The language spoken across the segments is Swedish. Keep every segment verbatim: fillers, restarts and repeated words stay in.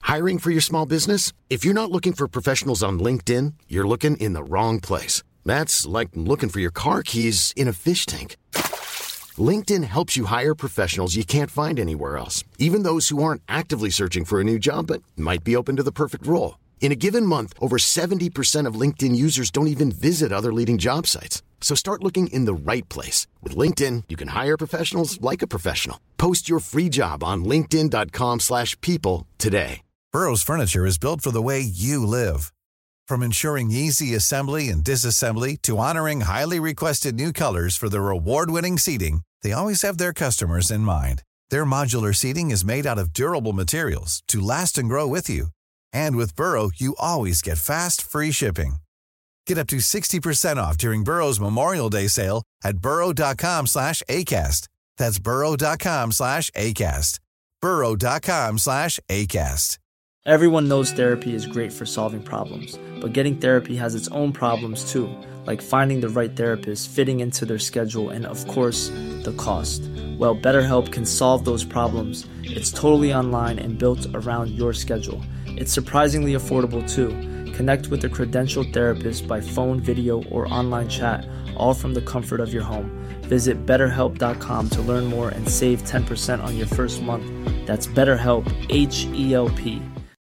Hiring for your small business? If you're not looking for professionals on LinkedIn, you're looking in the wrong place. That's like looking for your car keys in a fish tank. LinkedIn helps you hire professionals you can't find anywhere else, even those who aren't actively searching for a new job but might be open to the perfect role. In a given month, over seventy percent of LinkedIn users don't even visit other leading job sites. So start looking in the right place. With LinkedIn, you can hire professionals like a professional. Post your free job on linkedin dot com slash people today. Burrow's furniture is built for the way you live. From ensuring easy assembly and disassembly to honoring highly requested new colors for their award-winning seating, they always have their customers in mind. Their modular seating is made out of durable materials to last and grow with you. And with Burrow, you always get fast, free shipping. Get up to sixty percent off during Burrow's Memorial Day sale at burrow dot com slash acast. That's burrow dot com slash acast. burrow dot com slash acast. Everyone knows therapy is great for solving problems, but getting therapy has its own problems too, like finding the right therapist, fitting into their schedule, and of course, the cost. Well, BetterHelp can solve those problems. It's totally online and built around your schedule. It's surprisingly affordable too. Connect with a credentialed therapist by phone, video, or online chat, all from the comfort of your home. Visit better help dot com to learn more and save ten percent on your first month. That's BetterHelp, H E L P.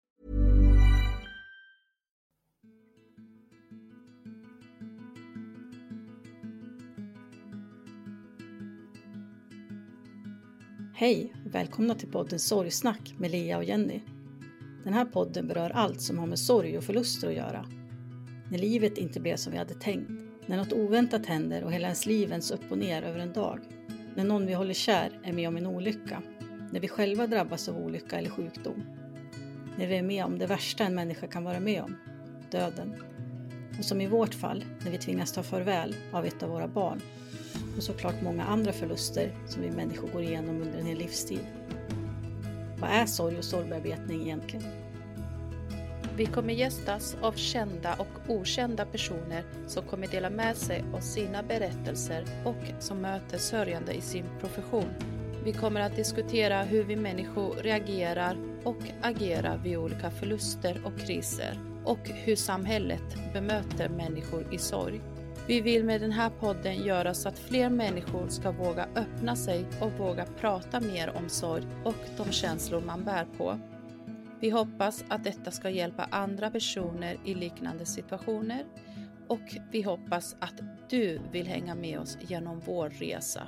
Hej och välkomna till podden Sorgsnack med Lea och Jenny. Den här podden berör allt som har med sorg och förluster att göra. När livet inte blev som vi hade tänkt. När något oväntat händer och hela ens liv vänds upp och ner över en dag. När någon vi håller kär är med om en olycka. När vi själva drabbas av olycka eller sjukdom. När vi är med om det värsta en människa kan vara med om. Döden. Och som i vårt fall när vi tvingas ta farväl av ett av våra barn. Och såklart många andra förluster som vi människor går igenom under en hel livstid. Vad är sorg och sorgbearbetning egentligen? Vi kommer gästas av kända och okända personer som kommer dela med sig av sina berättelser och som möter sörjande i sin profession. Vi kommer att diskutera hur vi människor reagerar och agerar vid olika förluster och kriser och hur samhället bemöter människor i sorg. Vi vill med den här podden göra så att fler människor ska våga öppna sig och våga prata mer om sorg och de känslor man bär på. Vi hoppas att detta ska hjälpa andra personer i liknande situationer och vi hoppas att du vill hänga med oss genom vår resa.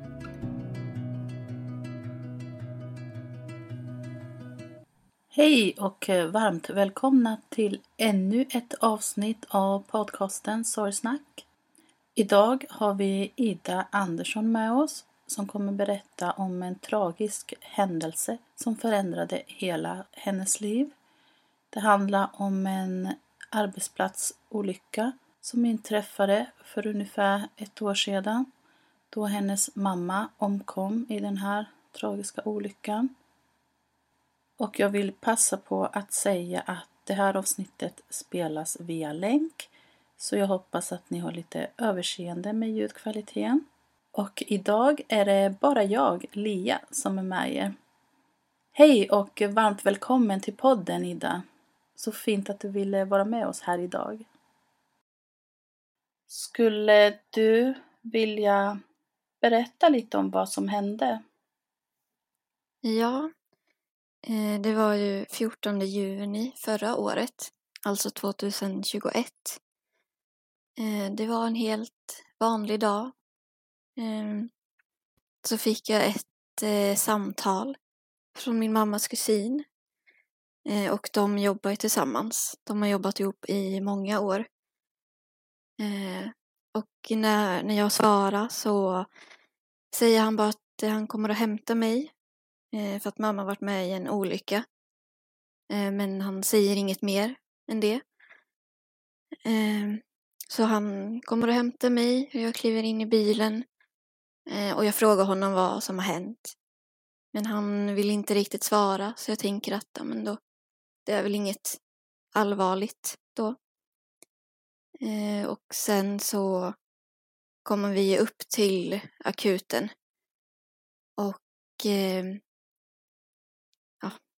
Hej och varmt välkomna till ännu ett avsnitt av podcasten Sorgsnack. Idag har vi Ida Andersson med oss som kommer berätta om en tragisk händelse som förändrade hela hennes liv. Det handlar om en arbetsplatsolycka som inträffade för ungefär ett år sedan då hennes mamma omkom i den här tragiska olyckan. Och jag vill passa på att säga att det här avsnittet spelas via länk. Så jag hoppas att ni har lite överseende med ljudkvaliteten. Och idag är det bara jag, Lia, som är med er. Hej och varmt välkommen till podden, Ida. Så fint att du ville vara med oss här idag. Skulle du vilja berätta lite om vad som hände? Ja, det var ju fjortonde juni förra året, alltså tjugohundratjugoett. Det var en helt vanlig dag. Så fick jag ett samtal från min mammas kusin. Och de jobbar ju tillsammans. De har jobbat ihop i många år. Och när, när jag svarar så säger han bara att han kommer att hämta mig. För att mamma varit med i en olycka. Men han säger inget mer än det. Så han kommer att hämta mig och jag kliver in i bilen. Och jag frågar honom vad som har hänt. Men han vill inte riktigt svara. Så jag tänker att ja, men då, det är väl inget allvarligt då. Och sen så kommer vi upp till akuten. Och ja,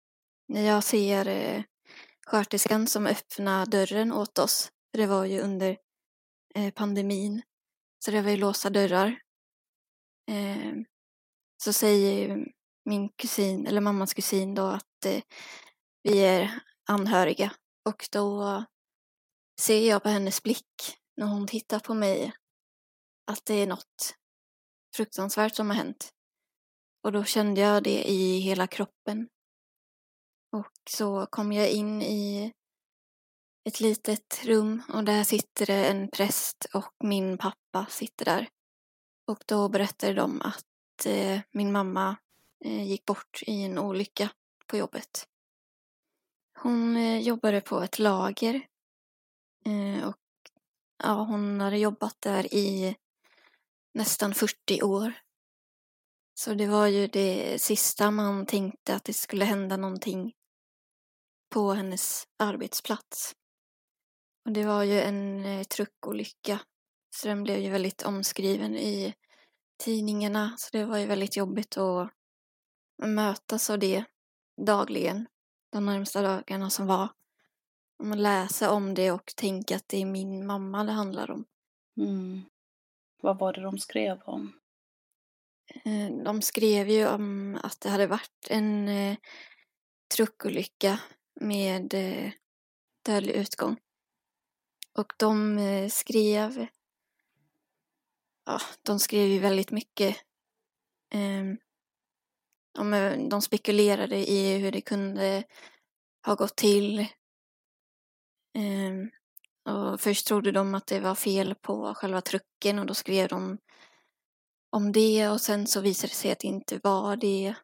när jag ser eh, sköterskan som öppnar dörren åt oss, för det var ju under eh, pandemin, så det var ju låsta dörrar, eh, så säger min kusin, eller mammas kusin då, att eh, vi är anhöriga. Och då ser jag på hennes blick när hon tittar på mig att det är något fruktansvärt som har hänt. Och då kände jag det i hela kroppen. Och så kom jag in i ett litet rum och där sitter det en präst och min pappa sitter där. Och då berättade de att eh, min mamma eh, gick bort i en olycka på jobbet. Hon eh, jobbade på ett lager eh, och ja, hon hade jobbat där i nästan fyrtio år. Så det var ju det sista man tänkte, att det skulle hända någonting på hennes arbetsplats. Och det var ju en eh, truckolycka. Så den blev ju väldigt omskriven i tidningarna. Så det var ju väldigt jobbigt att mötas av det dagligen. De närmsta dagarna som var. Om man läser om det och tänker att det är min mamma det handlar om. Mm. Vad var det de skrev om? De skrev ju om att det hade varit en eh, truckolycka med eh, dödlig utgång. Och de eh, skrev ja, de skrev ju väldigt mycket. Eh, om, de spekulerade i hur det kunde ha gått till. Eh, och först trodde de att det var fel på själva trucken och då skrev de om det, och sen så visade det sig att det inte var det.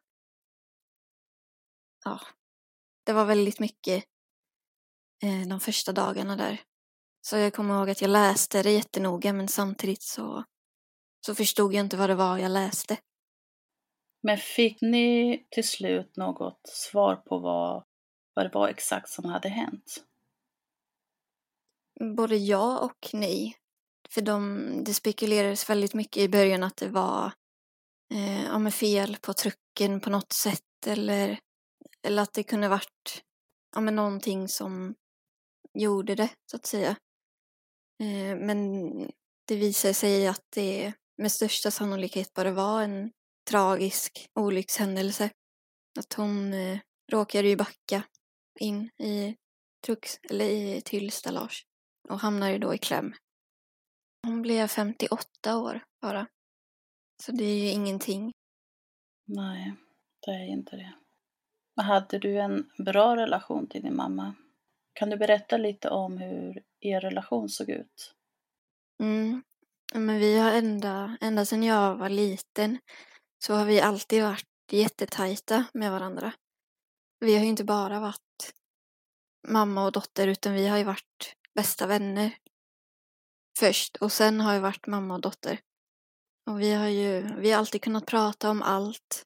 Ja, det var väldigt mycket eh, de första dagarna där. Så jag kommer ihåg att jag läste det jättenoga, men samtidigt så, så förstod jag inte vad det var jag läste. Men fick ni till slut något svar på vad, vad det var exakt som hade hänt? Både ja och nej. För de, det spekulerades väldigt mycket i början att det var eh, ja, med fel på trucken på något sätt. Eller, eller att det kunde varit ja, med någonting som gjorde det, så att säga. Eh, men det visade sig att det med största sannolikhet bara var en tragisk olyckshändelse. Att hon eh, råkade ju backa in i trucks, eller i tillstallage och hamnade då i kläm. Hon blev femtioåtta år bara. Så det är ju ingenting. Nej, det är inte det. Men hade du en bra relation till din mamma? Kan du berätta lite om hur er relation såg ut? Mm. Men vi har ända, ända sedan jag var liten så har vi alltid varit jättetajta med varandra. Vi har ju inte bara varit mamma och dotter, utan vi har ju varit bästa vänner först. Och sen har vi varit mamma och dotter. Och vi har ju vi har alltid kunnat prata om allt.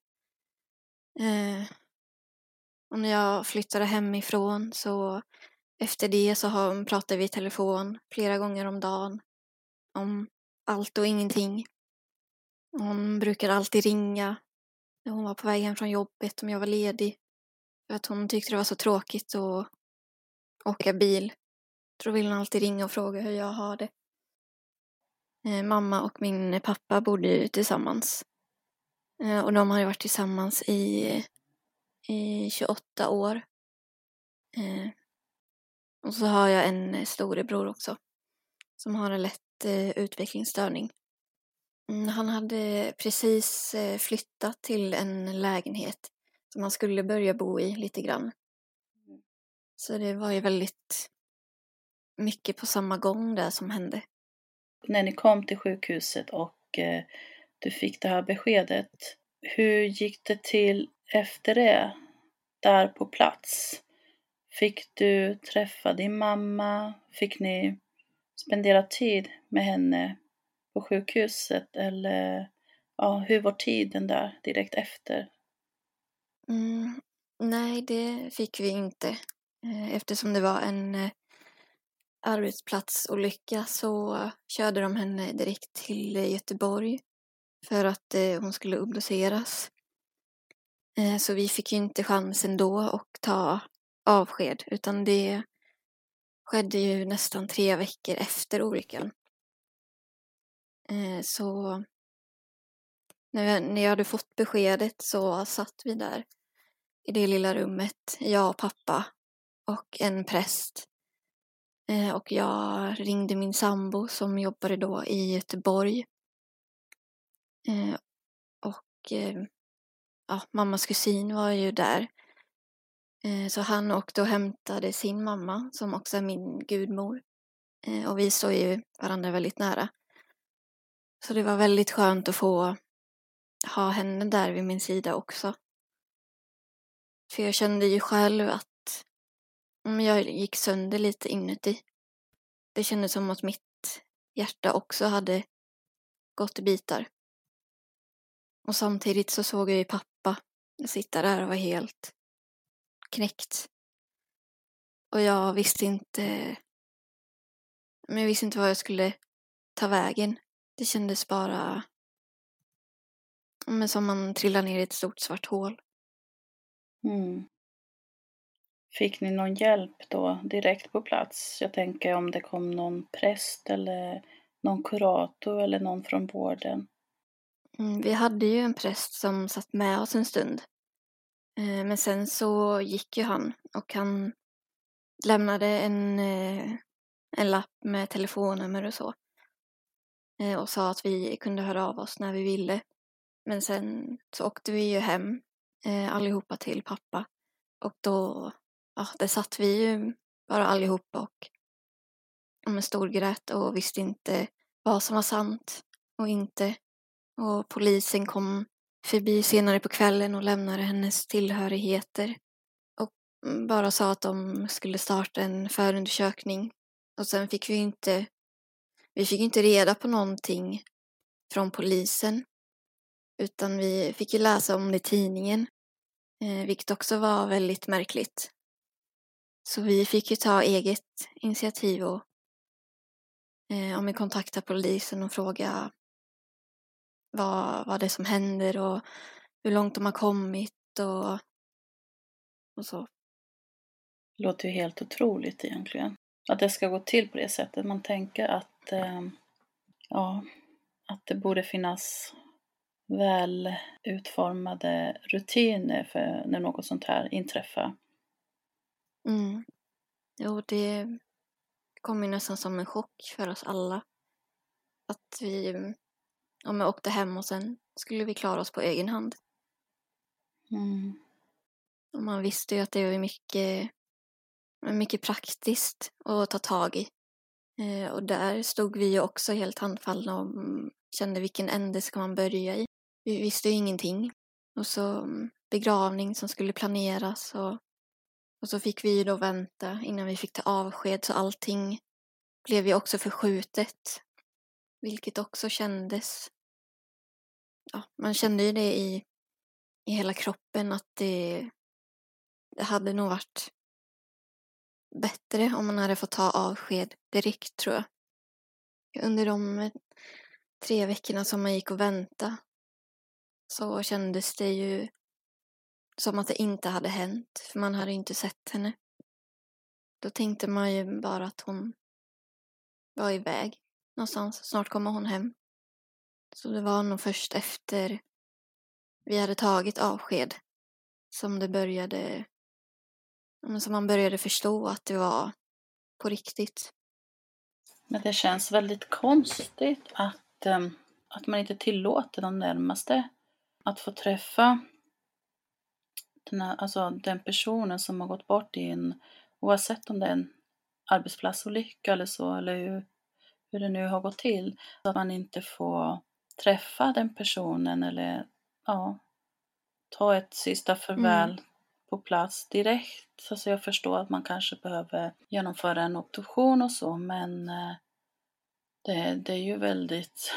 Eh, och när jag flyttade hemifrån så efter det så har, pratade vi i telefon flera gånger om dagen. Om allt och ingenting. Hon brukade alltid ringa när hon var på väg hem från jobbet, om jag var ledig. För att hon tyckte det var så tråkigt att åka bil. Då ville hon alltid ringa och fråga hur jag har det. Eh, mamma och min pappa bodde ju tillsammans. Eh, och de har ju varit tillsammans i, i tjugoåtta år. Eh, och så har jag en storebror också. Som har en lätt eh, utvecklingsstörning. Mm, han hade precis eh, flyttat till en lägenhet som han skulle börja bo i lite grann. Så det var ju väldigt mycket på samma gång där som hände. När ni kom till sjukhuset och eh, du fick det här beskedet, hur gick det till efter det där på plats? Fick du träffa din mamma? Fick ni spendera tid med henne på sjukhuset? Eller ja, hur var tiden där direkt efter? Mm, nej, det fick vi inte. Eftersom det var en eh, arbetsplatsolycka så körde de henne direkt till Göteborg för att eh, hon skulle obduceras. Eh, så vi fick ju inte chansen då att ta avsked, utan det skedde ju nästan tre veckor efter olyckan. Eh, så när jag, när jag hade fått beskedet så satt vi där i det lilla rummet, jag och pappa och en präst. Eh, och jag ringde min sambo som jobbade då i Göteborg. Eh, och eh, ja, mammas kusin var ju där. Eh, så han åkte och hämtade sin mamma som också är min gudmor. Eh, och vi står ju varandra väldigt nära. Så det var väldigt skönt att få ha henne där vid min sida också. För jag kände ju själv att mm, jag gick sönder lite inuti. Det kändes som att mitt hjärta också hade gått i bitar. Och samtidigt så såg jag ju pappa sitta där och var helt knäckt. Och jag visste inte, men jag visste inte vad jag skulle ta vägen. Det kändes bara men som man trillar ner i ett stort svart hål. Mm. Fick ni någon hjälp då direkt på plats? Jag tänker om det kom någon präst eller någon kurator eller någon från vården. Mm, vi hade ju en präst som satt med oss en stund. Eh, men sen så gick ju han och han lämnade en, eh, en lapp med telefonnummer och så. Eh, och sa att vi kunde höra av oss när vi ville. Men sen så åkte vi ju hem eh, allihopa till pappa. Och då, ja, där satt vi ju bara allihopa och ja, storgrät och visste inte vad som var sant och inte. Och polisen kom förbi senare på kvällen och lämnade hennes tillhörigheter. Och bara sa att de skulle starta en förundersökning. Och sen fick vi inte, vi fick inte reda på någonting från polisen. Utan vi fick ju läsa om det i tidningen. Eh, vilket också var väldigt märkligt. Så vi fick ju ta eget initiativ och eh, om vi kontaktar polisen och fråga vad, vad det är som händer och hur långt de har kommit och, och så. Det låter ju helt otroligt egentligen. Att det ska gå till på det sättet. Man tänker att, eh, ja, att det borde finnas väl utformade rutiner för när något sånt här inträffar. Mm. Jo, det kom ju nästan som en chock för oss alla. Att vi om jag åkte hem och sen skulle vi klara oss på egen hand. Mm. Och man visste ju att det var mycket, mycket praktiskt att ta tag i. Eh, och där stod vi ju också helt handfallna och kände vilken ände ska man börja i. Vi visste ju ingenting. Och så begravning som skulle planeras och, och så fick vi ju då vänta innan vi fick ta avsked så allting blev ju också förskjutet. Vilket också kändes, ja, man kände ju det i, i hela kroppen att det, det hade nog varit bättre om man hade fått ta avsked direkt, tror jag. Under de tre veckorna som man gick och väntade så kändes det ju som att det inte hade hänt, för man hade inte sett henne. Då tänkte man ju bara att hon var iväg någonstans, snart kommer hon hem. Så det var nog först efter vi hade tagit avsked som det började, som man började förstå att det var på riktigt. Men det känns väldigt konstigt att, um, att man inte tillåter de närmaste att få träffa den, här, alltså den personen som har gått bort i en, oavsett om det är en arbetsplatsolycka eller så, eller hur, hur det nu har gått till. Så att man inte får träffa den personen eller ja, ta ett sista farväl mm. på plats direkt. Alltså jag förstår att man kanske behöver genomföra en obduktion och så, men det, det är ju väldigt,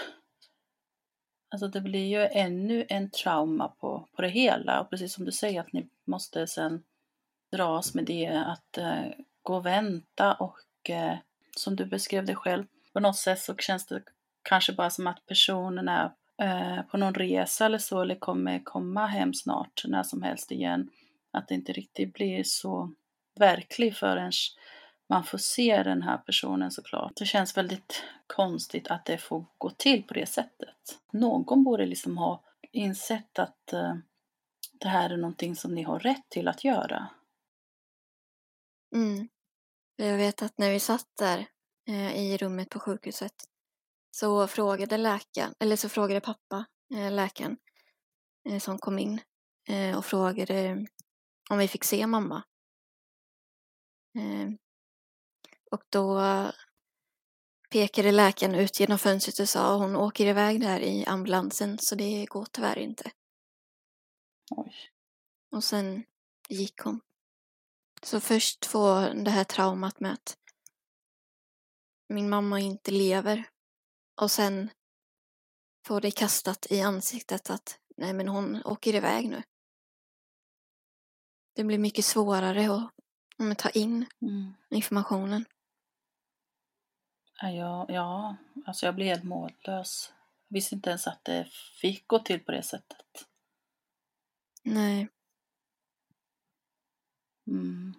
alltså det blir ju ännu en trauma på, på det hela. Och precis som du säger att ni måste sen dras med det, att uh, gå och vänta och uh, som du beskrev det själv, på något sätt så känns det kanske bara som att personen är eh, på någon resa eller så, eller kommer komma hem snart när som helst igen. Att det inte riktigt blir så verklig förrän man får se den här personen såklart. Det känns väldigt konstigt att det får gå till på det sättet. Någon borde liksom ha insett att eh, det här är någonting som ni har rätt till att göra. Mm. Jag vet att när vi satt där eh, i rummet på sjukhuset så frågade läkaren, eller så frågade pappa eh, läkaren eh, som kom in eh, och frågade om vi fick se mamma. Eh, och då pekade läkaren ut genom fönstret och sa hon åker iväg där i ambulansen så det går tyvärr inte. Oj. Och sen gick hon. Så först får det här traumat med att min mamma inte lever. Och sen får det kastat i ansiktet att nej men hon åker iväg nu. Det blir mycket svårare att, att ta in Mm. informationen. Ja, jag, ja, alltså jag blev helt mållös. Jag visste inte ens att det fick gå till på det sättet. Nej. Mm.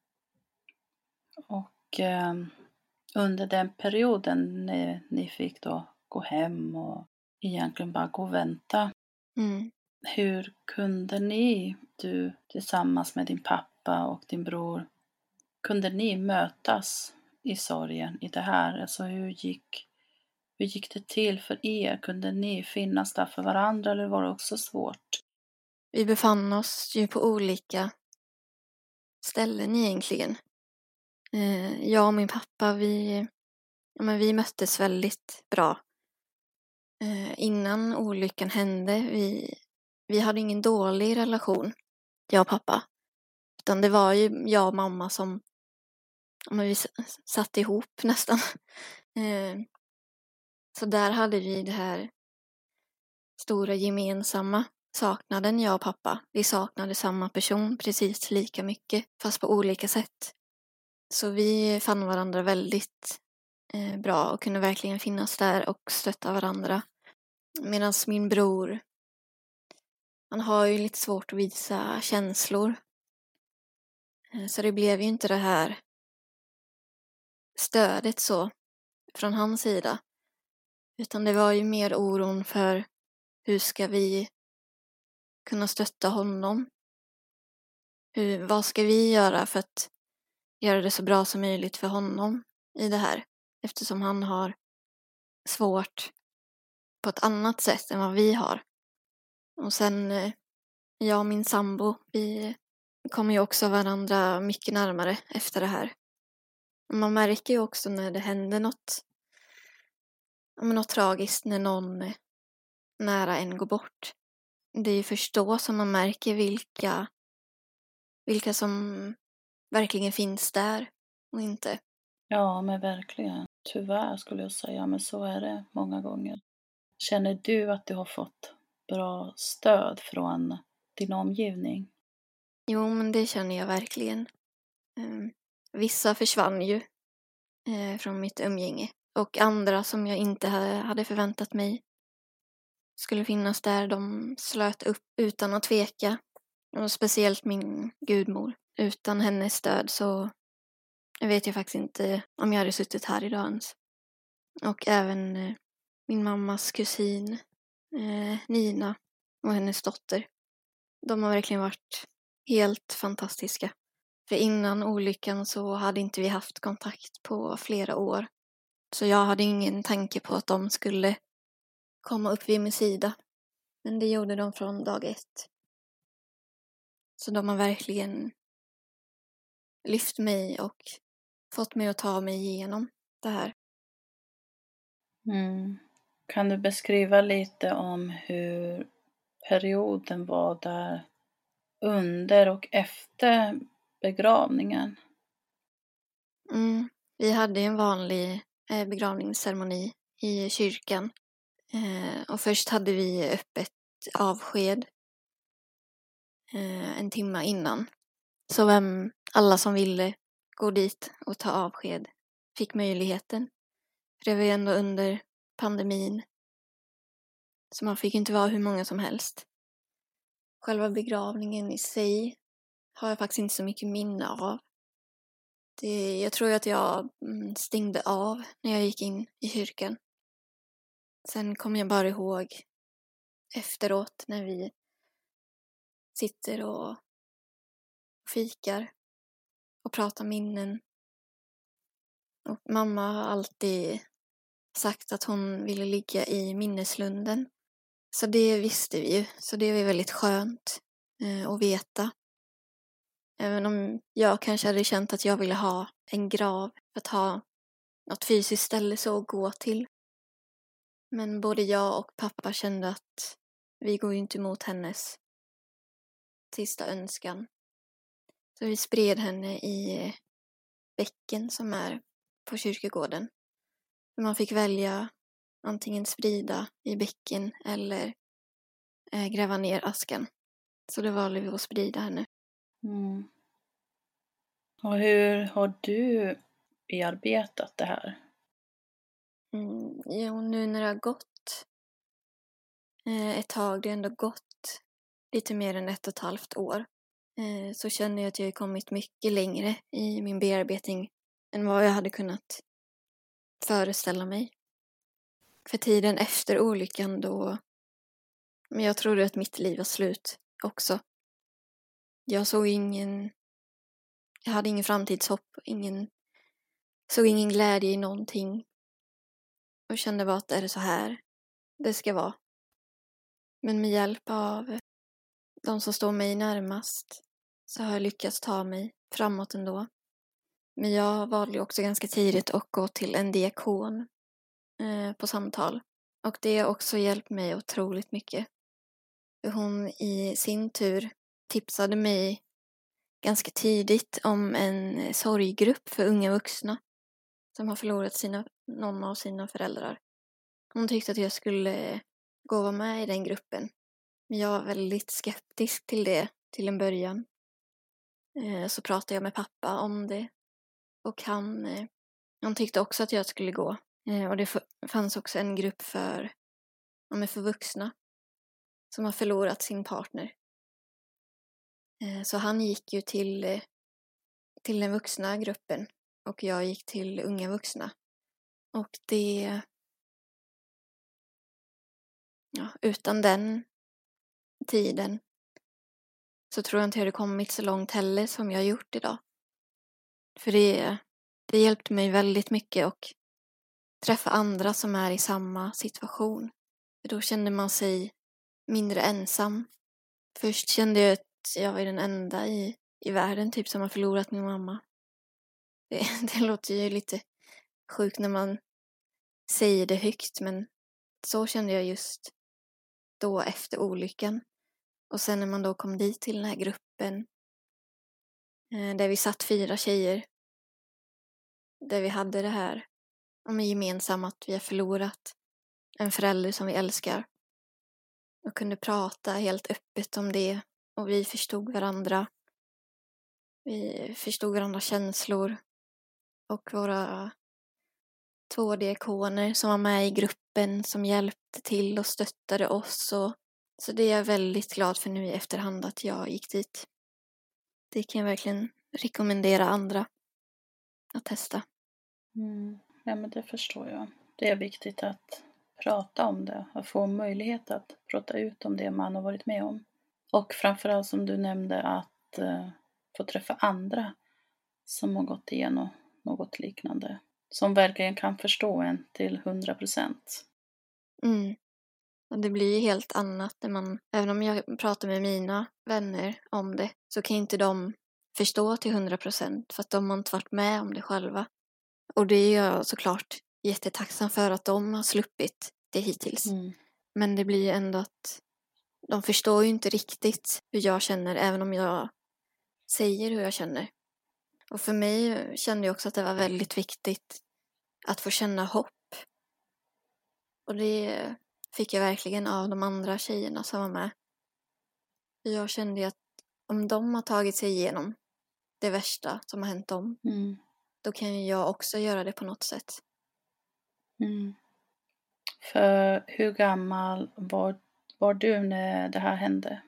Och eh, under den perioden ni, ni fick då gå hem och egentligen bara gå och vänta. Mm. Hur kunde ni, du tillsammans med din pappa och din bror, kunde ni mötas i sorgen i det här? Alltså hur gick, hur gick det till för er? Kunde ni finnas där för varandra eller var det också svårt? Vi befann oss ju på olika ställen egentligen. Eh, jag och min pappa, vi, ja, men vi möttes väldigt bra. Eh, innan olyckan hände, vi, vi hade ingen dålig relation, jag och pappa. Utan det var ju jag och mamma som ja, men vi satt ihop nästan. Eh, så där hade vi det här stora gemensamma saknaden, jag och pappa. Vi saknade samma person precis lika mycket, fast på olika sätt. Så vi fann varandra väldigt eh, bra och kunde verkligen finnas där och stötta varandra. Medan min bror, han har ju lite svårt att visa känslor. Eh, så det blev ju inte det här stödet så från hans sida. Utan det var ju mer oron för hur ska vi kunna stötta honom? Hur, vad ska vi göra för att göra det så bra som möjligt för honom i det här? Eftersom han har svårt på ett annat sätt än vad vi har. Och sen jag och min sambo, vi kommer ju också varandra mycket närmare efter det här. Man märker ju också när det händer något, något tragiskt, när någon nära en går bort. Det är ju först då som man märker vilka, vilka som verkligen finns där och inte. Ja, men verkligen. Tyvärr skulle jag säga, men så är det många gånger. Känner du att du har fått bra stöd från din omgivning? Jo, men det känner jag verkligen. Um, vissa försvann ju uh, från mitt umgänge. Och andra som jag inte hade förväntat mig skulle finnas där, de slöt upp utan att tveka. Och speciellt min gudmor. Utan hennes stöd så jag vet jag faktiskt inte om jag hade suttit här idag ens. Och även uh, min mammas kusin uh, Nina och hennes dotter. De har verkligen varit helt fantastiska. För innan olyckan så hade inte vi haft kontakt på flera år. Så jag hade ingen tanke på att de skulle komma upp vid min sida. Men det gjorde de från dag ett. Så de har verkligen lyft mig och fått mig att ta mig igenom det här. Mm. Kan du beskriva lite om hur perioden var där under och efter begravningen? Mm. Vi hade en vanlig eh, begravningsceremoni i kyrkan. Eh, och först hade vi öppet avsked eh, en timme innan. Så vem, alla som ville gå dit och ta avsked fick möjligheten. För det var ju ändå under pandemin. Så man fick inte vara hur många som helst. Själva begravningen i sig har jag faktiskt inte så mycket minne av. Det, jag tror att jag stängde av när jag gick in i kyrkan. Sen kommer jag bara ihåg efteråt när vi sitter och fikar och pratar minnen. Och mamma har alltid sagt att hon ville ligga i minneslunden. Så det visste vi ju. Så det var väldigt skönt eh, att veta. Även om jag kanske hade känt att jag ville ha en grav. Att ha något fysiskt ställe så att gå till. Men både jag och pappa kände att vi går ju inte emot hennes sista önskan. Så vi spred henne i bäcken som är på kyrkogården. Man fick välja antingen sprida i bäcken eller eh, gräva ner askan. Så det valde vi att sprida henne. Mm. Och hur har du bearbetat det här? Mm, jo, nu när det har gått eh, ett tag, det har ändå gått lite mer än ett och ett halvt år. Eh, så känner jag att jag har kommit mycket längre i min bearbetning än vad jag hade kunnat föreställa mig. För tiden efter olyckan då, men jag trodde att mitt liv var slut också. Jag såg ingen, jag hade ingen framtidshopp, ingen, såg ingen glädje i någonting. Och kände bara att det är så här det ska vara. Men med hjälp av de som står mig närmast så har jag lyckats ta mig framåt ändå. Men jag valde också ganska tidigt att gå till en diakon eh, på samtal. Och det har också hjälpt mig otroligt mycket. Hon i sin tur tipsade mig ganska tidigt om en sorggrupp för unga vuxna som har förlorat sina, någon av sina föräldrar. Hon tyckte att jag skulle gå och vara med i den gruppen. Men jag var väldigt skeptisk till det till en början. Eh, så pratade jag med pappa om det. Och han, eh, han tyckte också att jag skulle gå. Eh, och det f- fanns också en grupp för, ja, för vuxna som har förlorat sin partner. Eh, så han gick ju till, eh, till den vuxna gruppen. Och jag gick till unga vuxna. Och det... Ja, utan den tiden så tror jag inte jag hade kommit så långt heller som jag har gjort idag. För det, det hjälpte mig väldigt mycket att träffa andra som är i samma situation. För då kände man sig mindre ensam. Först kände jag att jag var den enda i, i världen typ som har förlorat min mamma. Det, det låter ju lite sjukt när man säger det högt, men så kände jag just då efter olyckan. Och sen när man då kom dit till den här gruppen eh, där vi satt fyra tjejer, där vi hade det här om gemensamt att vi har förlorat en förälder som vi älskar och kunde prata helt öppet om det, och vi förstod varandra, vi förstod varandras känslor, och våra två diakoner som var med i gruppen som hjälpte till och stöttade oss. Och, så det är jag väldigt glad för nu i efterhand att jag gick dit. Det kan jag verkligen rekommendera andra att testa. Mm. Ja, men det förstår jag. Det är viktigt att prata om det och få möjlighet att prata ut om det man har varit med om. Och framförallt som du nämnde att uh, få träffa andra som har gått igenom något liknande. Som verkligen kan förstå en till hundra procent. Mm. Och det blir ju helt annat när man, även om jag pratar med mina vänner om det, så kan inte de förstå till hundra procent för att de har inte varit med om det själva. Och det är jag såklart jättetacksam för att de har sluppit det hittills. Mm. Men det blir ju ändå att de förstår ju inte riktigt hur jag känner, även om jag säger hur jag känner. Och för mig kände jag också att det var väldigt viktigt att få känna hopp. Och det fick jag verkligen av de andra tjejerna som var med. Jag kände ju att om de har tagit sig igenom det värsta som har hänt dem, mm. då kan ju jag också göra det på något sätt. Mm. För hur gammal var, var du när det här hände?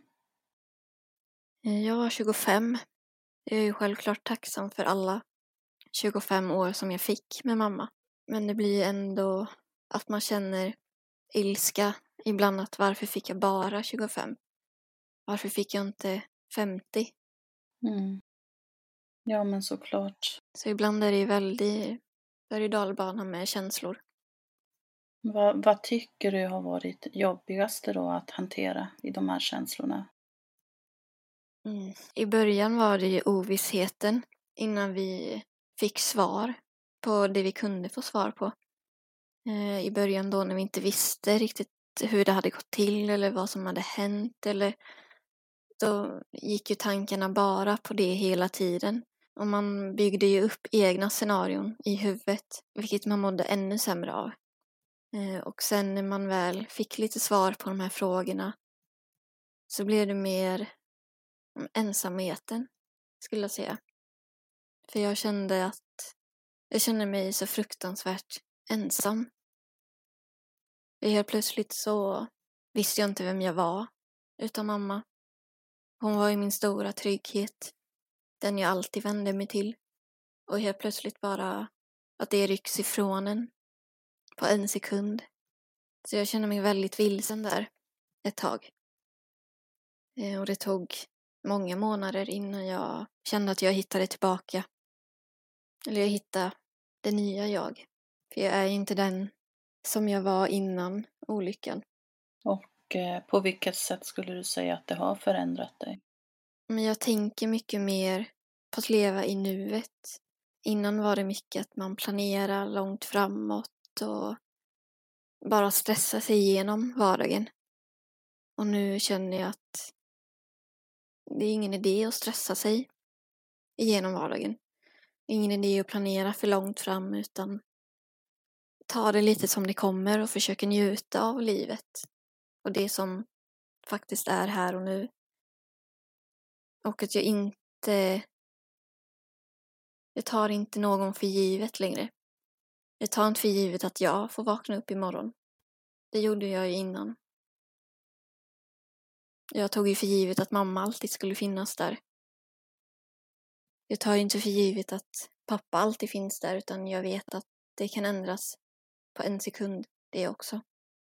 Jag var tjugofem. Jag är ju självklart tacksam för alla tjugofem år som jag fick med mamma. Men det blir ändå att man känner ilska ibland, att varför fick jag bara tjugofem? Varför fick jag inte femtio? Mm. Ja, men såklart. Så ibland är det ju väldigt berg- och dalbana med känslor. Vad, vad tycker du har varit jobbigaste då att hantera i de här känslorna? Mm. I början var det ju ovissheten innan vi fick svar på det vi kunde få svar på. Eh, I början då när vi inte visste riktigt hur det hade gått till eller vad som hade hänt, eller då gick ju tankarna bara på det hela tiden. Och man byggde ju upp egna scenarion i huvudet, vilket man mådde ännu sämre av. Eh, och sen när man väl fick lite svar på de här frågorna så blev det mer om ensamheten, skulle jag säga. För jag kände att jag kände mig så fruktansvärt ensam. Och helt plötsligt så visste jag inte vem jag var utan mamma. Hon var ju min stora trygghet, den jag alltid vände mig till. Och helt plötsligt bara att det rycks ifrån en på en sekund. Så jag kände mig väldigt vilsen där ett tag. Eh, Och det tog många månader innan jag kände att jag hittade tillbaka. Eller jag hittade det nya jag. För jag är inte den som jag var innan olyckan. Och eh, på vilket sätt skulle du säga att det har förändrat dig? Men jag tänker mycket mer på att leva i nuet. Innan var det mycket att man planerar långt framåt och bara stressar sig igenom vardagen. Och nu känner jag att det är ingen idé att stressa sig igenom vardagen. Det är ingen idé att planera för långt fram, utan ta det lite som det kommer och försöka njuta av livet. Och det som faktiskt är här och nu. Och att jag inte... Jag tar inte någon för givet längre. Jag tar inte för givet att jag får vakna upp imorgon. Det gjorde jag ju innan. Jag tog ju för givet att mamma alltid skulle finnas där. Jag tar ju inte för givet att pappa alltid finns där, utan jag vet att det kan ändras på en sekund det också.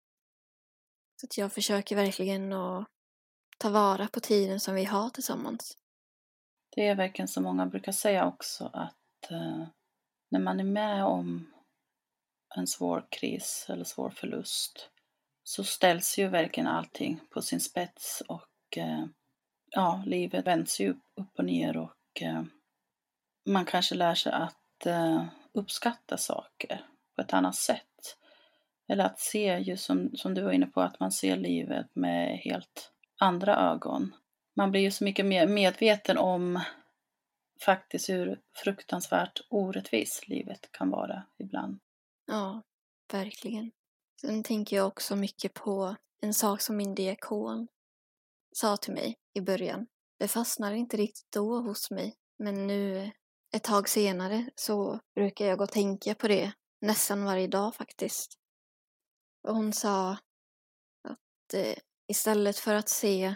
Så att jag försöker verkligen att ta vara på tiden som vi har tillsammans. Det är verkligen som många brukar säga också, att eh, när man är med om en svår kris eller svår förlust så ställs ju verkligen allting på sin spets och eh, ja, livet vänds ju upp och ner och eh, man kanske lär sig att eh, uppskatta saker på ett annat sätt. Eller att se, just som, som du var inne på, att man ser livet med helt andra ögon. Man blir ju så mycket mer medveten om faktiskt hur fruktansvärt orättvist livet kan vara ibland. Ja, verkligen. Sen tänker jag också mycket på en sak som min diakon sa till mig i början. Det fastnade inte riktigt då hos mig, men nu ett tag senare så brukar jag gå och tänka på det nästan varje dag faktiskt. Och hon sa att eh, istället för att se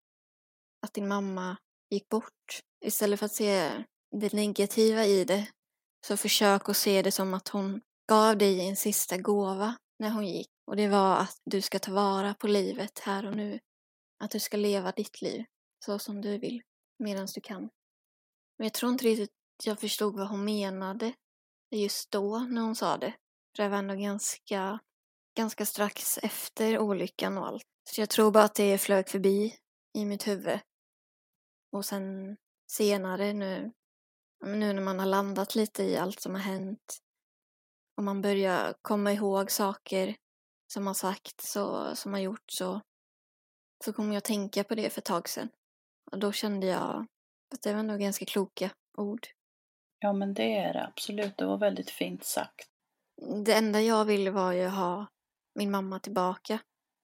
att din mamma gick bort, istället för att se det negativa i det, så försök att se det som att hon gav dig en sista gåva när hon gick. Och det var att du ska ta vara på livet här och nu. Att du ska leva ditt liv så som du vill, medan du kan. Men jag tror inte riktigt jag förstod vad hon menade just då när hon sa det. För det var ändå ganska, ganska strax efter olyckan och allt. Så jag tror bara att det flög förbi i mitt huvud. Och sen senare nu, nu när man har landat lite i allt som har hänt och man börjar komma ihåg saker som har sagt, så, som har gjort, så, så kommer jag tänka på det för ett tag sedan. Och då kände jag att det var nog ganska kloka ord. Ja, men det är det absolut. Det var väldigt fint sagt. Det enda jag ville var ju ha min mamma tillbaka.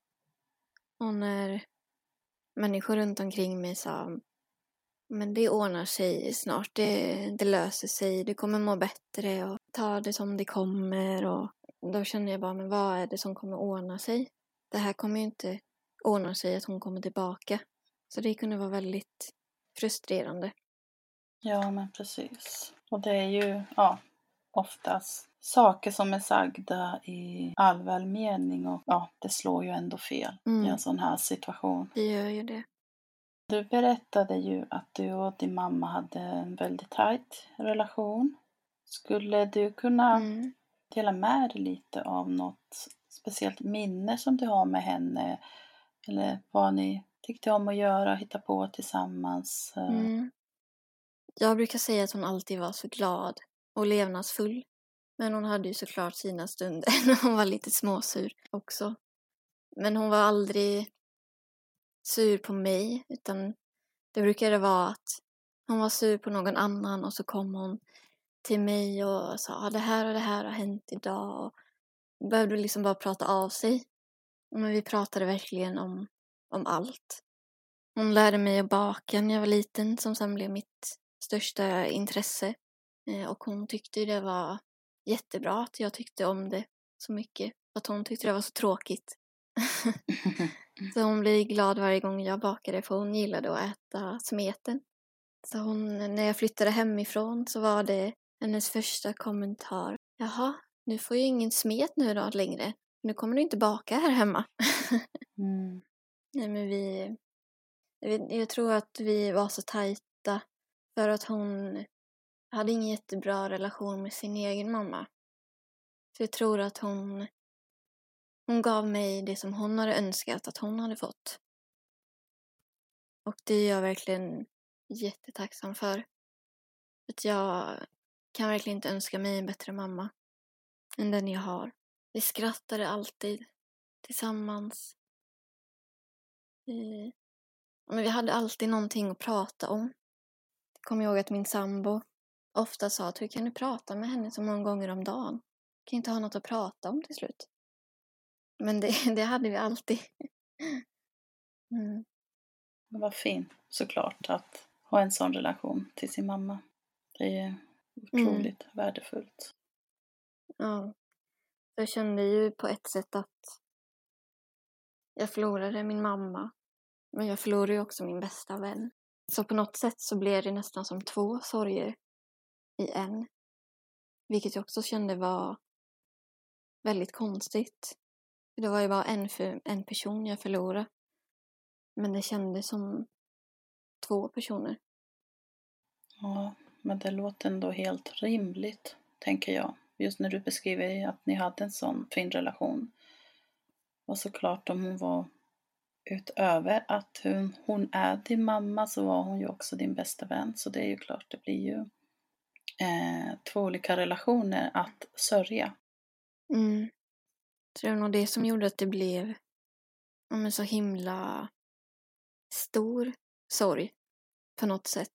Och när människor runt omkring mig sa, men det ordnar sig snart, det, det löser sig, du kommer må bättre och ta det som det kommer. Och då kände jag bara, men vad är det som kommer ordna sig? Det här kommer ju inte ordna sig att hon kommer tillbaka. Så det kunde vara väldigt frustrerande. Ja, men precis. Och det är ju, ja, oftast saker som är sagda i all välmening och ja, det slår ju ändå fel Mm. i en sån här situation. Det gör ju det. Du berättade ju att du och din mamma hade en väldigt tajt relation. Skulle du kunna Mm. dela med dig lite av något speciellt minne som du har med henne? Eller vad ni tyckte om att göra, hitta på tillsammans? Mm. Jag brukar säga att hon alltid var så glad och levnadsfull. Men hon hade ju såklart sina stunder när hon var lite småsur också. Men hon var aldrig sur på mig, utan det brukade vara att hon var sur på någon annan och så kom hon till mig och sa att det här och det här har hänt idag. Och behövde liksom bara prata av sig. Men vi pratade verkligen om, om allt. Hon lärde mig att baka när jag var liten, som sen blev mitt största intresse. Och hon tyckte det var jättebra att jag tyckte om det så mycket. Att hon tyckte det var så tråkigt. Så hon blev glad varje gång jag bakade, för hon gillade att äta smeten. Så hon, när jag flyttade hemifrån så var det hennes första kommentar. Jaha, nu får ju ingen smet nu då längre. Nu kommer du inte baka här hemma. Mm. Nej, men vi... Jag tror att vi var så tajta för att hon hade ingen jättebra relation med sin egen mamma. Så jag tror att hon, hon gav mig det som hon hade önskat att hon hade fått. Och det är jag verkligen jättetacksam för. Att jag kan verkligen inte önska mig en bättre mamma än den jag har. Vi skrattade alltid tillsammans. Vi, men vi hade alltid någonting att prata om. Jag kommer ihåg att min sambo ofta sa att hur kan du prata med henne så många gånger om dagen? Du kan inte ha något att prata om till slut. Men det, det hade vi alltid. Mm. Det var fint såklart att ha en sån relation till sin mamma. Det är otroligt mm. värdefullt. Ja. Jag kände ju på ett sätt att jag förlorade min mamma. Men jag förlorade ju också min bästa vän. Så på något sätt så blev det nästan som två sorger i en. Vilket jag också kände var väldigt konstigt. Det var ju bara en, för, en person jag förlorade. Men det kändes som två personer. Ja, men det låter ändå helt rimligt, tänker jag. Just när du beskriver att ni hade en sån fin relation. Och såklart om hon var utöver att hon, hon är din mamma, så var hon ju också din bästa vän. Så det är ju klart, det blir ju eh, två olika relationer att sörja. Mm. Så det var nog det som gjorde att det blev ja, så himla stor sorg på något sätt.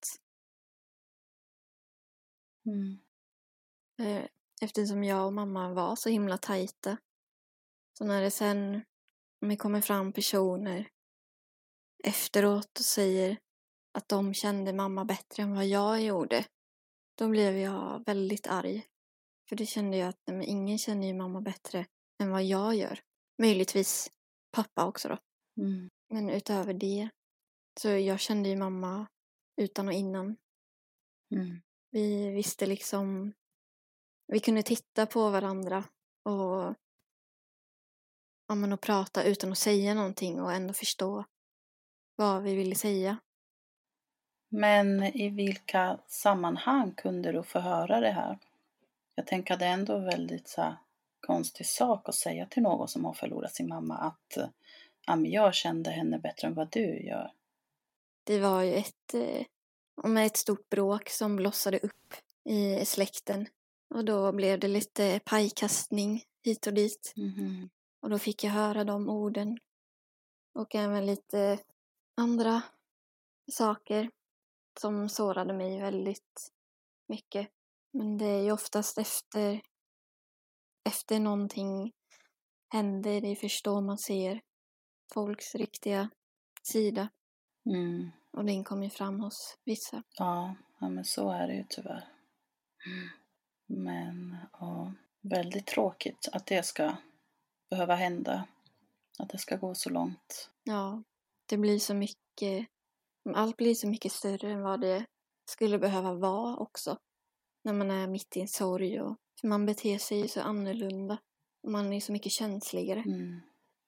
Mm. Eftersom jag och mamma var så himla tajta. Så när det sen om det kommer fram personer efteråt och säger att de kände mamma bättre än vad jag gjorde, då blev jag väldigt arg. För det kände jag att nej, men ingen känner ju mamma bättre än vad jag gör. Möjligtvis pappa också då. Mm. Men utöver det så jag kände ju mamma utan och innan. Mm. Vi visste liksom, vi kunde titta på varandra och, ja, men och prata utan att säga någonting och ändå förstå vad vi ville säga. Men i vilka sammanhang kunde du få höra det här? Jag tänker att det är ändå väldigt så här, konstig sak att säga till någon som har förlorat sin mamma att ja, men jag kände henne bättre än vad du gör. Det var ju ett, eh, ett stort bråk som blossade upp i släkten. Och då blev det lite pajkastning hit och dit. Mm-hmm. Och då fick jag höra de orden. Och även lite andra saker som sårade mig väldigt mycket. Men det är ju oftast efter, efter någonting händer, det förstår man ser folks riktiga sida. Mm. Och den kommer ju fram hos vissa. Ja, ja, men så är det ju tyvärr. Mm. Men ja, väldigt tråkigt att det ska behöva hända. Att det ska gå så långt. Ja, det blir så mycket, allt blir så mycket större än vad det skulle behöva vara också. När man är mitt i en sorg och för man beter sig så annorlunda. Och man är så mycket känsligare. Mm.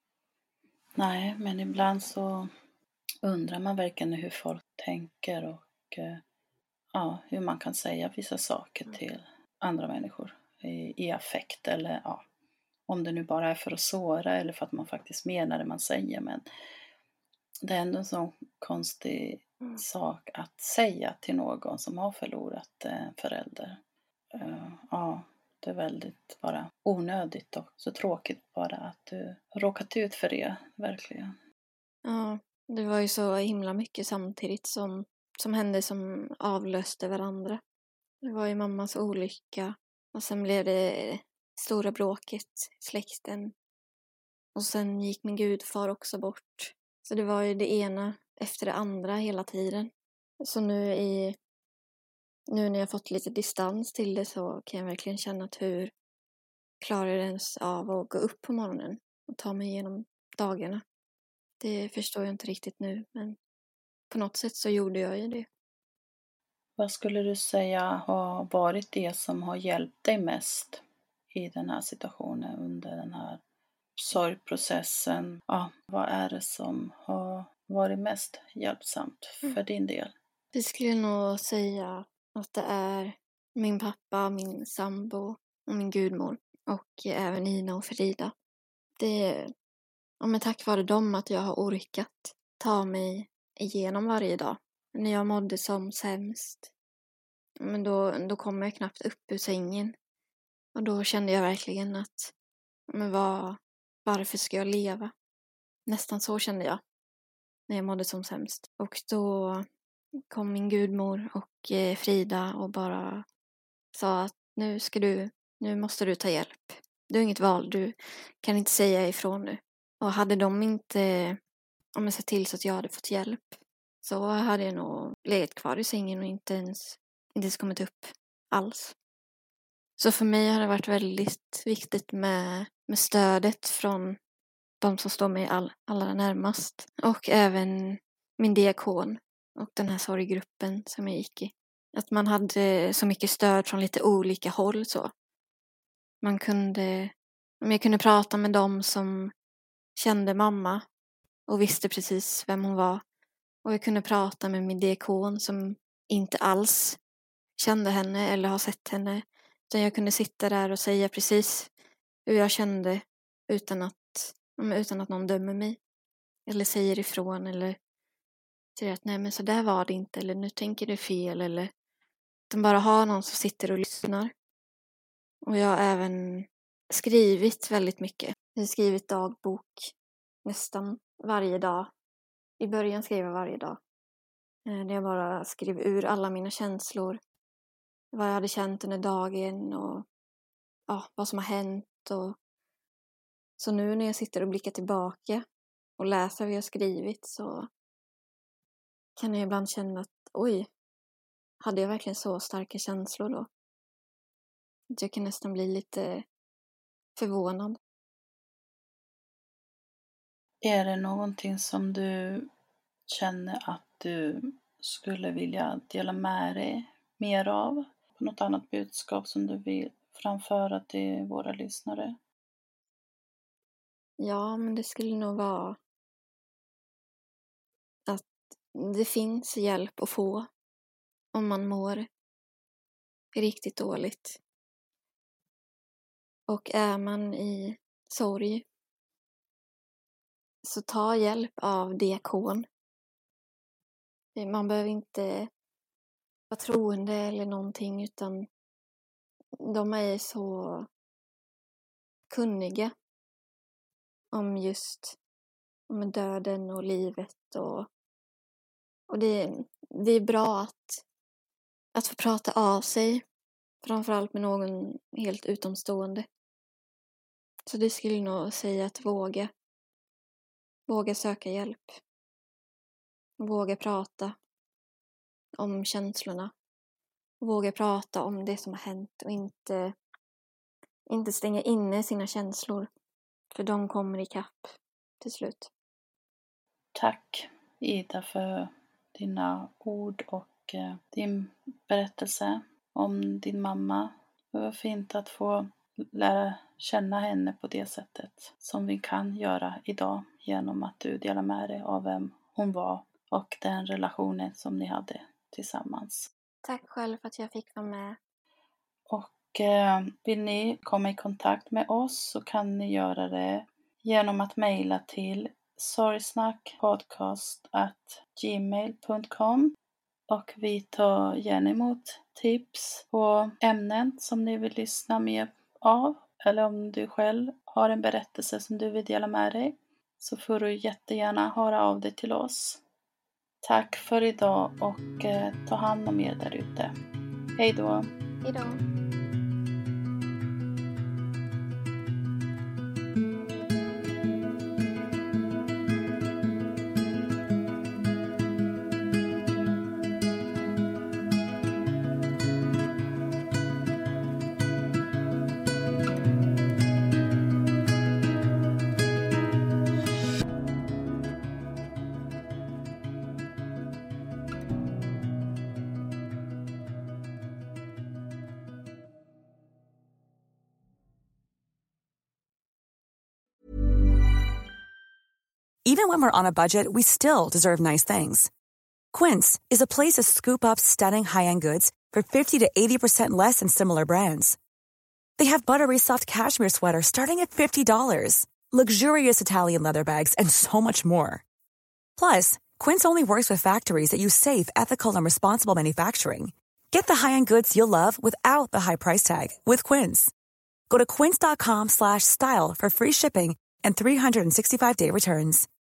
Nej, men ibland så undrar man verkligen hur folk tänker och eh, ja, hur man kan säga vissa saker Mm. till andra människor i, i affekt eller ja, om det nu bara är för att såra eller för att man faktiskt menar det man säger. Men det är ändå en sån konstig Mm. sak att säga till någon som har förlorat en förälder. Uh, ja, det är väldigt bara onödigt och så tråkigt bara att du har råkat ut för det, verkligen. Ja, det var ju så himla mycket samtidigt som, som hände som avlöste varandra. Det var ju mammas olycka och sen blev det stora bråket i släkten. Och sen gick min gudfar också bort. Så det var ju det ena efter det andra hela tiden. Så nu i nu när jag fått lite distans till det så kan jag verkligen känna att hur klarar jag ens av att gå upp på morgonen och ta mig igenom dagarna. Det förstår jag inte riktigt nu, men på något sätt så gjorde jag ju det. Vad skulle du säga har varit det som har hjälpt dig mest i den här situationen under den här sorgprocessen? Ja, vad är det som har varit mest hjälpsamt för din del? Det skulle jag nog säga att det är min pappa, min sambo och min gudmor och även Ina och Frida. Det är ja, men tack vare dem att jag har orkat ta mig igenom varje dag. När jag mådde som sämst, men då, då kom jag knappt upp ur sängen. Och då kände jag verkligen att, men vad, varför ska jag leva? Nästan så kände jag när jag mådde som sämst. Och då kom min gudmor och eh, Frida och bara sa att nu ska du, nu måste du ta hjälp. Du har inget val, du kan inte säga ifrån nu. Och hade de inte om jag sett till så att jag hade fått hjälp så hade jag nog legat kvar i sängen och inte ens, inte ens kommit upp alls. Så för mig har det varit väldigt viktigt med, med stödet från de som står mig all, allra närmast. Och även min diakon och den här sorggruppen som jag gick i. Att man hade så mycket stöd från lite olika håll så. Man kunde, om jag kunde prata med dem som kände mamma och visste precis vem hon var. Och jag kunde prata med min diakon som inte alls kände henne eller har sett henne. Utan jag kunde sitta där och säga precis hur jag kände utan att, utan att någon dömer mig. Eller säger ifrån eller säger att nej men så där var det inte. Eller nu tänker du fel. Eller utan bara ha någon som sitter och lyssnar. Och jag har även skrivit väldigt mycket. Jag har skrivit dagbok nästan varje dag. I början skrev jag varje dag. Där jag bara skrev ur alla mina känslor. Vad jag hade känt under dagen och ja, vad som har hänt. Och... Så nu när jag sitter och blickar tillbaka och läser vad jag skrivit så kan jag ibland känna att oj, hade jag verkligen så starka känslor då? Jag kan nästan bli lite förvånad. Är det någonting som du känner att du skulle vilja dela med dig mer av? Något annat budskap som du vill framföra till våra lyssnare? Ja, men det skulle nog vara att det finns hjälp att få om man mår riktigt dåligt. Och är man i sorg så ta hjälp av diakon. Man behöver inte vara troende eller någonting utan de är så kunniga om just om döden och livet. Och, och det, det är bra att, att få prata av sig. Framförallt med någon helt utomstående. Så det skulle nog säga att våga. Våga söka hjälp. Våga prata om känslorna. Våga prata om det som har hänt och inte, inte stänga inne sina känslor. För de kommer ikapp till slut. Tack Ida för dina ord och eh, din berättelse om din mamma. Det var fint att få lära känna henne på det sättet som vi kan göra idag genom att du delar med dig av vem hon var och den relationen som ni hade tillsammans. Tack själv för att jag fick vara med. Och eh, vill ni komma i kontakt med oss så kan ni göra det genom att mejla till sorgsnackpodcast at gmail dot com. Och vi tar gärna emot tips på ämnen som ni vill lyssna mer av. Eller om du själv har en berättelse som du vill dela med dig, så får du jättegärna höra av dig till oss. Tack för idag och eh, ta hand om er där ute. Hej då! Hej då! Even when we're on a budget, we still deserve nice things. Quince is a place to scoop up stunning high-end goods for fifty to eighty percent less than similar brands. They have buttery soft cashmere sweaters starting at fifty dollars, luxurious Italian leather bags, and so much more. Plus, Quince only works with factories that use safe, ethical, and responsible manufacturing. Get the high-end goods you'll love without the high price tag with Quince. Go to quince dot com slash style for free shipping and three sixty-five day returns.